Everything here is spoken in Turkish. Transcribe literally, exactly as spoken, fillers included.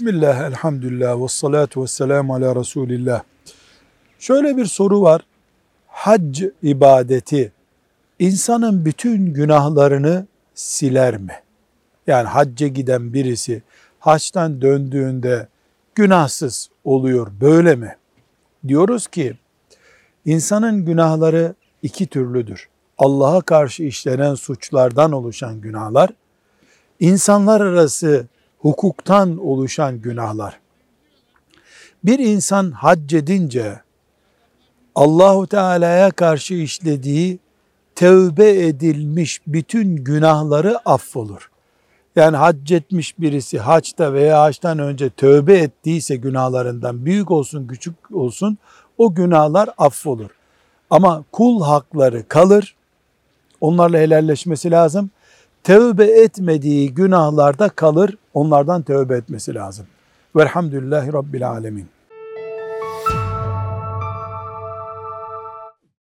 Bismillah, elhamdülillah, ve salatu ve selamu ala Resulillah. Şöyle bir soru var. Hac ibadeti insanın bütün günahlarını siler mi? Yani hacca giden birisi haçtan döndüğünde günahsız oluyor, böyle mi? Diyoruz ki insanın günahları iki türlüdür. Allah'a karşı işlenen suçlardan oluşan günahlar, insanlar arası hukuktan oluşan günahlar. Bir insan hac edince Allahu Teala'ya karşı işlediği tevbe edilmiş bütün günahları affolur. Yani hac etmiş birisi haçta veya haçtan önce tövbe ettiyse günahlarından büyük olsun küçük olsun o günahlar affolur. Ama kul hakları kalır. Onlarla helalleşmesi lazım. Tövbe etmediği günahlarda kalır. Onlardan tövbe etmesi lazım. Velhamdülillahi Rabbil Alemin.